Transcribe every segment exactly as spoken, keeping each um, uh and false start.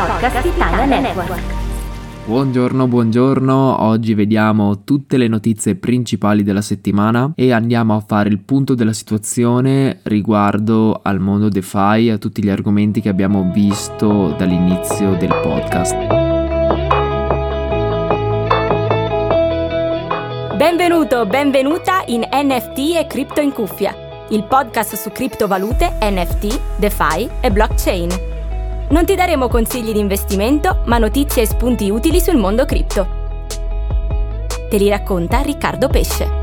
podcast Italia Network. Buongiorno, buongiorno, oggi vediamo tutte le notizie principali della settimana e andiamo a fare il punto della situazione riguardo al mondo DeFi e a tutti gli argomenti che abbiamo visto dall'inizio del podcast. Benvenuto, benvenuta in N F T e Cripto in Cuffia, il podcast su criptovalute, N F T, DeFi e blockchain. Non ti daremo consigli di investimento, ma notizie e spunti utili sul mondo cripto. Te li racconta Riccardo Pesce.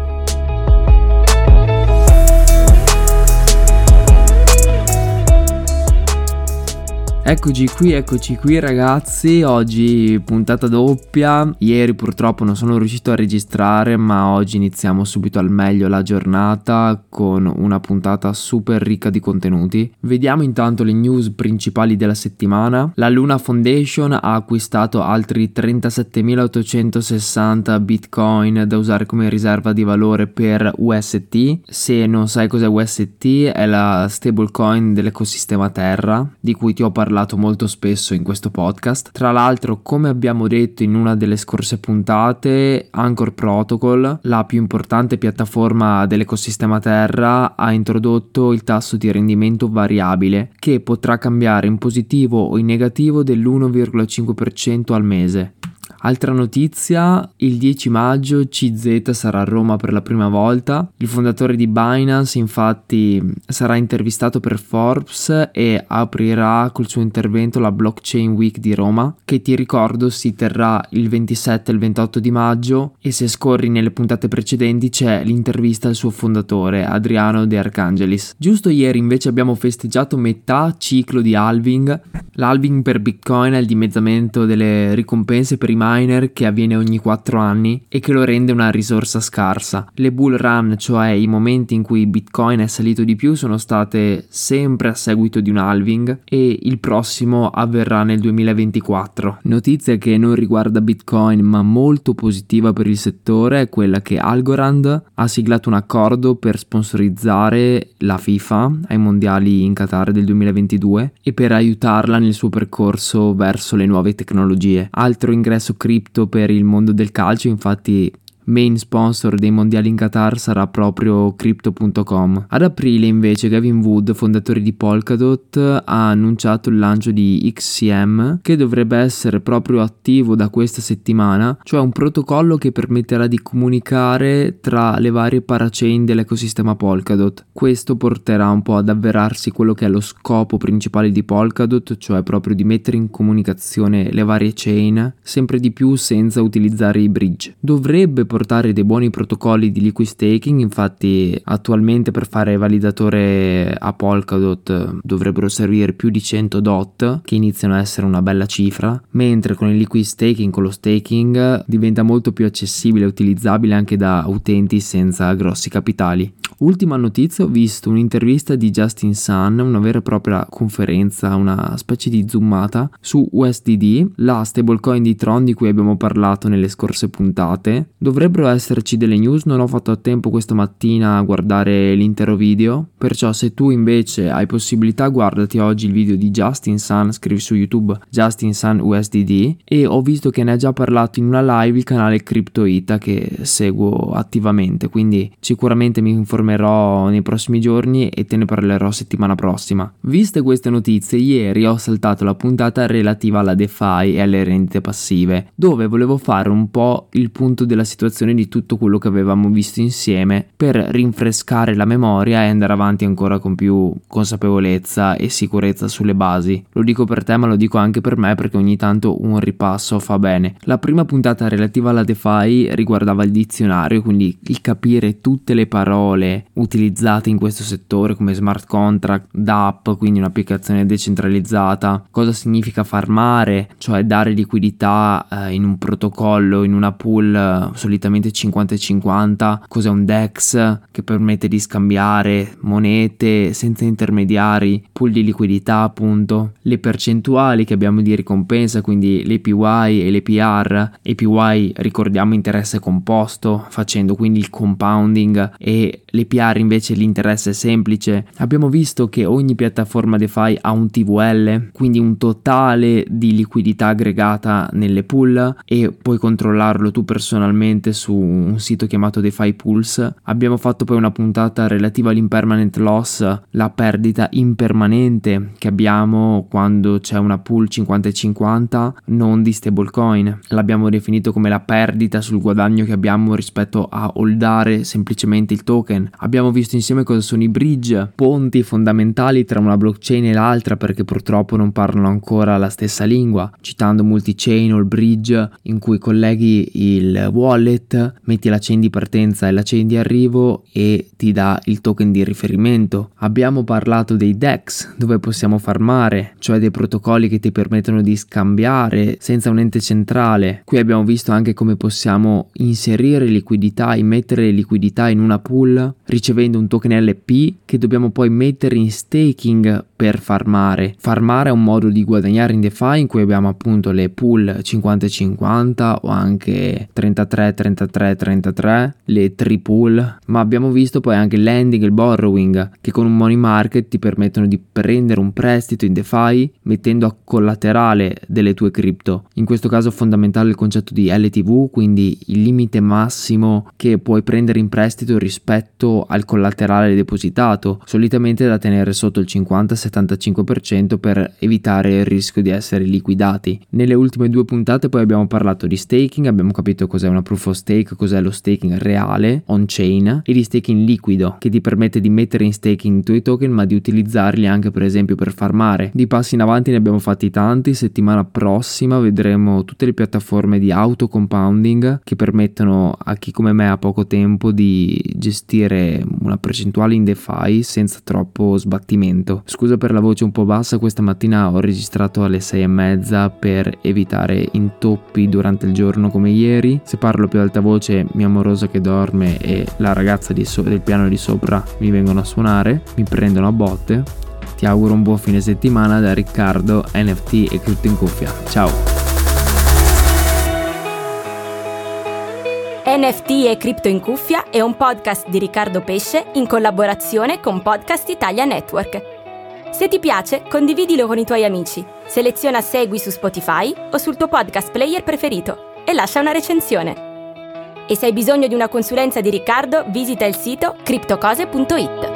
Eccoci qui, eccoci qui ragazzi, oggi puntata doppia. Ieri purtroppo non sono riuscito a registrare, ma oggi iniziamo subito al meglio la giornata con una puntata super ricca di contenuti. Vediamo intanto le news principali della settimana. La Luna Foundation ha acquistato altri trentasettemilaottocentosessanta bitcoin da usare come riserva di valore per U S T. Se non sai cos'è U S T, è la stablecoin dell'ecosistema Terra, di cui ti ho parlato molto spesso in questo podcast. Tra l'altro, come abbiamo detto in una delle scorse puntate, Anchor Protocol, la più importante piattaforma dell'ecosistema Terra, ha introdotto il tasso di rendimento variabile che potrà cambiare in positivo o in negativo dell'uno virgola cinque per cento al mese. Altra notizia, il dieci maggio C Z sarà a Roma per la prima volta. Il fondatore di Binance infatti sarà intervistato per Forbes e aprirà col suo intervento la Blockchain Week di Roma, che ti ricordo si terrà il ventisette e il ventotto di maggio, e se scorri nelle puntate precedenti c'è l'intervista al suo fondatore Adriano De Archangelis. Giusto ieri invece abbiamo festeggiato metà ciclo di halving. L'halving per Bitcoin è il dimezzamento delle ricompense per i miner che avviene ogni quattro anni e che lo rende una risorsa scarsa. Le bull run, cioè i momenti in cui Bitcoin è salito di più, sono state sempre a seguito di un halving e il prossimo avverrà nel duemilaventiquattro. Notizia che non riguarda Bitcoin ma molto positiva per il settore è quella che Algorand ha siglato un accordo per sponsorizzare la FIFA ai mondiali in Qatar del duemilaventidue e per aiutarla nel suo percorso verso le nuove tecnologie. Altro ingresso cripto per il mondo del calcio, infatti main sponsor dei mondiali in Qatar sarà proprio crypto punto com. Ad aprile invece Gavin Wood, fondatore di Polkadot, ha annunciato il lancio di X C M, che dovrebbe essere proprio attivo da questa settimana, cioè un protocollo che permetterà di comunicare tra le varie parachain dell'ecosistema Polkadot. Questo porterà un po' ad avverarsi quello che è lo scopo principale di Polkadot, cioè proprio di mettere in comunicazione le varie chain sempre di più senza utilizzare i bridge. Dovrebbe portare dei buoni protocolli di liquid staking, infatti attualmente per fare validatore a Polkadot dovrebbero servire più di cento D O T, che iniziano a essere una bella cifra, mentre con il liquid staking, con lo staking, diventa molto più accessibile e utilizzabile anche da utenti senza grossi capitali. Ultima notizia, ho visto un'intervista di Justin Sun, una vera e propria conferenza, una specie di zoomata su U S D D, la stablecoin di Tron di cui abbiamo parlato nelle scorse puntate. Dovrebbero esserci delle news, non ho fatto a tempo questa mattina a guardare l'intero video, perciò se tu invece hai possibilità guardati oggi il video di Justin Sun, scrivi su YouTube Justin Sun U S D D, e ho visto che ne ha già parlato in una live il canale CryptoIta che seguo attivamente, quindi sicuramente mi informerò nei prossimi giorni e te ne parlerò settimana prossima. Viste queste notizie, ieri ho saltato la puntata relativa alla DeFi e alle rendite passive, dove volevo fare un po' il punto della situazione di tutto quello che avevamo visto insieme per rinfrescare la memoria e andare avanti ancora con più consapevolezza e sicurezza sulle basi. Lo dico per te ma lo dico anche per me, perché ogni tanto un ripasso fa bene. La prima puntata relativa alla DeFi riguardava il dizionario, quindi il capire tutte le parole utilizzate in questo settore come smart contract, D A P, quindi un'applicazione decentralizzata, cosa significa farmare, cioè dare liquidità eh, in un protocollo, in una pool eh, solitamente cinquanta e cinquanta, cos'è un D E X che permette di scambiare monete senza intermediari, pool di liquidità appunto, le percentuali che abbiamo di ricompensa, quindi l'A P Y e l'A P R. A P Y ricordiamo interesse composto, facendo quindi il compounding, e le P R invece l'interesse è semplice. Abbiamo visto che ogni piattaforma DeFi ha un T V L, quindi un totale di liquidità aggregata nelle pool, e puoi controllarlo tu personalmente su un sito chiamato DeFi Pulse. Abbiamo fatto poi una puntata relativa all'impermanent loss, la perdita impermanente che abbiamo quando c'è una pool cinquanta e cinquanta non di stablecoin. L'abbiamo definito come la perdita sul guadagno che abbiamo rispetto a holdare semplicemente il token. Abbiamo visto insieme cosa sono i bridge, ponti fondamentali tra una blockchain e l'altra, perché purtroppo non parlano ancora la stessa lingua, citando multi-chain o il bridge in cui colleghi il wallet, metti la chain di partenza e la chain di arrivo e ti dà il token di riferimento. Abbiamo parlato dei D E X, dove possiamo farmare, cioè dei protocolli che ti permettono di scambiare senza un ente centrale. Qui abbiamo visto anche come possiamo inserire liquidità, immettere liquidità in una pool ricevendo un token L P che dobbiamo poi mettere in staking per farmare. Farmare è un modo di guadagnare in DeFi in cui abbiamo appunto le pool cinquanta e cinquanta o anche trentatré trentatré trentatré, le tripool, ma abbiamo visto poi anche il lending e il borrowing che con un money market ti permettono di prendere un prestito in DeFi mettendo a collaterale delle tue cripto. In questo caso è fondamentale il concetto di L T V, quindi il limite massimo che puoi prendere in prestito rispetto al collaterale depositato, solitamente da tenere sotto il cinquanta settantacinque per cento per evitare il rischio di essere liquidati. Nelle ultime due puntate poi abbiamo parlato di staking, abbiamo capito cos'è una proof of stake, cos'è lo staking reale on chain, e di staking liquido che ti permette di mettere in staking i tuoi token ma di utilizzarli anche per esempio per farmare. Di passi in avanti ne abbiamo fatti tanti. Settimana prossima vedremo tutte le piattaforme di auto compounding che permettono a chi come me ha poco tempo di gestire una percentuale in DeFi senza troppo sbattimento. Scusa per la voce un po' bassa, questa mattina ho registrato alle sei e mezza per evitare intoppi durante il giorno come ieri. Se parlo più ad alta voce, mia amorosa che dorme e la ragazza di so- del piano di sopra mi vengono a suonare, mi prendono a botte. Ti auguro un buon fine settimana da Riccardo, N F T e Cripto in Cuffia. Ciao! N F T e Cripto in Cuffia è un podcast di Riccardo Pesce in collaborazione con Podcast Italia Network. Se ti piace, condividilo con i tuoi amici, seleziona Segui su Spotify o sul tuo podcast player preferito e lascia una recensione. E se hai bisogno di una consulenza di Riccardo, visita il sito criptocose punto it.